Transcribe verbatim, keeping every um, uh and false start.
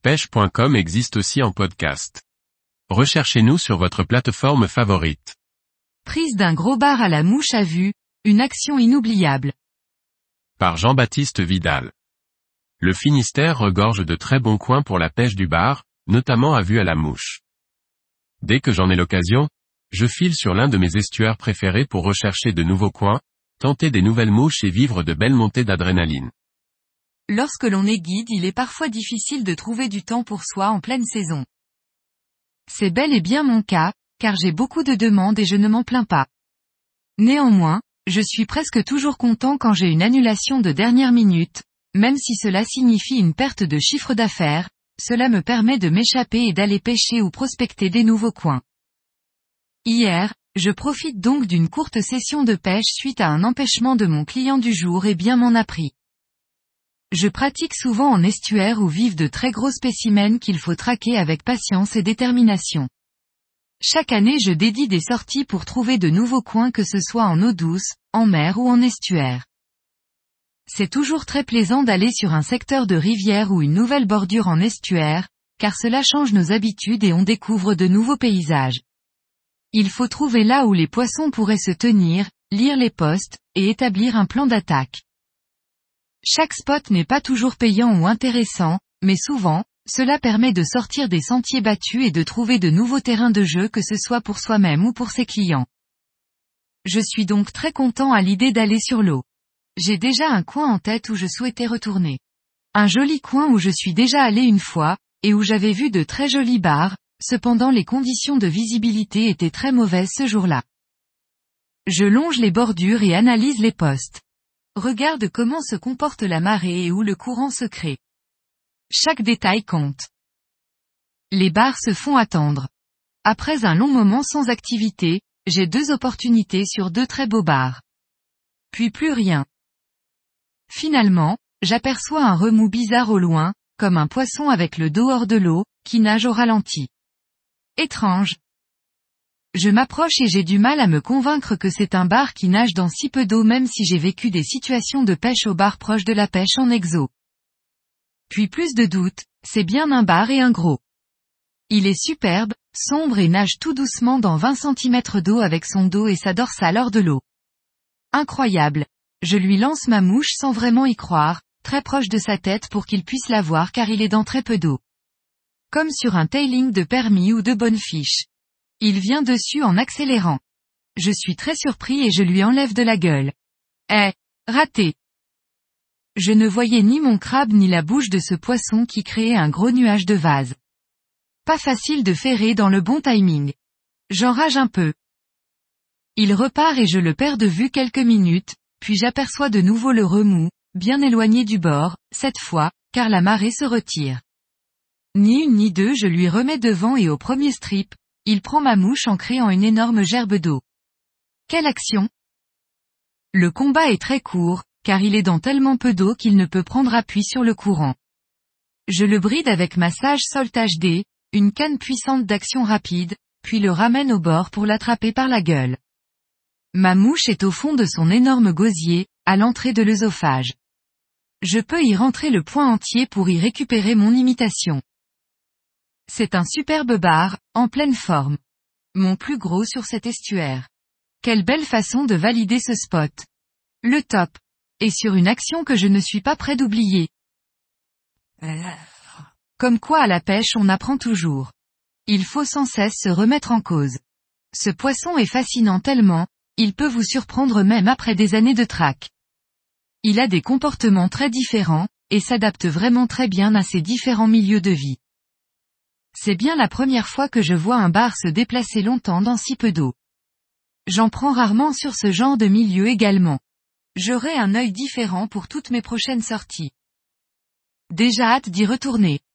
pêche point com existe aussi en podcast. Recherchez-nous sur votre plateforme favorite. Prise d'un gros bar à la mouche à vue, une action inoubliable. Par Jean-Baptiste Vidal. Le Finistère regorge de très bons coins pour la pêche du bar, notamment à vue à la mouche. Dès que j'en ai l'occasion, je file sur l'un de mes estuaires préférés pour rechercher de nouveaux coins, tenter des nouvelles mouches et vivre de belles montées d'adrénaline. Lorsque l'on est guide, il est parfois difficile de trouver du temps pour soi en pleine saison. C'est bel et bien mon cas, car j'ai beaucoup de demandes et je ne m'en plains pas. Néanmoins, je suis presque toujours content quand j'ai une annulation de dernière minute, même si cela signifie une perte de chiffre d'affaires, cela me permet de m'échapper et d'aller pêcher ou prospecter des nouveaux coins. Hier, je profite donc d'une courte session de pêche suite à un empêchement de mon client du jour et bien m'en a pris. Je pratique souvent en estuaire où vivent de très gros spécimens qu'il faut traquer avec patience et détermination. Chaque année je dédie des sorties pour trouver de nouveaux coins que ce soit en eau douce, en mer ou en estuaire. C'est toujours très plaisant d'aller sur un secteur de rivière ou une nouvelle bordure en estuaire, car cela change nos habitudes et on découvre de nouveaux paysages. Il faut trouver là où les poissons pourraient se tenir, lire les postes, et établir un plan d'attaque. Chaque spot n'est pas toujours payant ou intéressant, mais souvent, cela permet de sortir des sentiers battus et de trouver de nouveaux terrains de jeu que ce soit pour soi-même ou pour ses clients. Je suis donc très content à l'idée d'aller sur l'eau. J'ai déjà un coin en tête où je souhaitais retourner. Un joli coin où je suis déjà allé une fois, et où j'avais vu de très jolis bars, cependant les conditions de visibilité étaient très mauvaises ce jour-là. Je longe les bordures et analyse les postes. Regarde comment se comporte la marée et où le courant se crée. Chaque détail compte. Les bars se font attendre. Après un long moment sans activité, j'ai deux opportunités sur deux très beaux bars. Puis plus rien. Finalement, j'aperçois un remous bizarre au loin, comme un poisson avec le dos hors de l'eau, qui nage au ralenti. Étrange. Je m'approche et j'ai du mal à me convaincre que c'est un bar qui nage dans si peu d'eau même si j'ai vécu des situations de pêche au bar proche de la pêche en exo. Puis plus de doute, c'est bien un bar et un gros. Il est superbe, sombre et nage tout doucement dans vingt centimètres d'eau avec son dos et sa dorsale hors de l'eau. Incroyable. Je lui lance ma mouche sans vraiment y croire, très proche de sa tête pour qu'il puisse la voir car il est dans très peu d'eau. Comme sur un tailing de permis ou de bonne fiche. Il vient dessus en accélérant. Je suis très surpris et je lui enlève de la gueule. Eh, raté. Je ne voyais ni mon crabe ni la bouche de ce poisson qui créait un gros nuage de vase. Pas facile de ferrer dans le bon timing. J'enrage un peu. Il repart et je le perds de vue quelques minutes, puis j'aperçois de nouveau le remous, bien éloigné du bord, cette fois, car la marée se retire. Ni une ni deux je lui remets devant et au premier strip, il prend ma mouche en créant une énorme gerbe d'eau. Quelle action! Le combat est très court, car il est dans tellement peu d'eau qu'il ne peut prendre appui sur le courant. Je le bride avec ma Sage Salt H D, une canne puissante d'action rapide, puis le ramène au bord pour l'attraper par la gueule. Ma mouche est au fond de son énorme gosier, à l'entrée de l'œsophage. Je peux y rentrer le poing entier pour y récupérer mon imitation. C'est un superbe bar, en pleine forme. Mon plus gros sur cet estuaire. Quelle belle façon de valider ce spot. Le top. Et sur une action que je ne suis pas prêt d'oublier. Comme quoi à la pêche on apprend toujours. Il faut sans cesse se remettre en cause. Ce poisson est fascinant tellement, il peut vous surprendre même après des années de traque. Il a des comportements très différents, et s'adapte vraiment très bien à ses différents milieux de vie. C'est bien la première fois que je vois un bar se déplacer longtemps dans si peu d'eau. J'en prends rarement sur ce genre de milieu également. J'aurai un œil différent pour toutes mes prochaines sorties. Déjà hâte d'y retourner.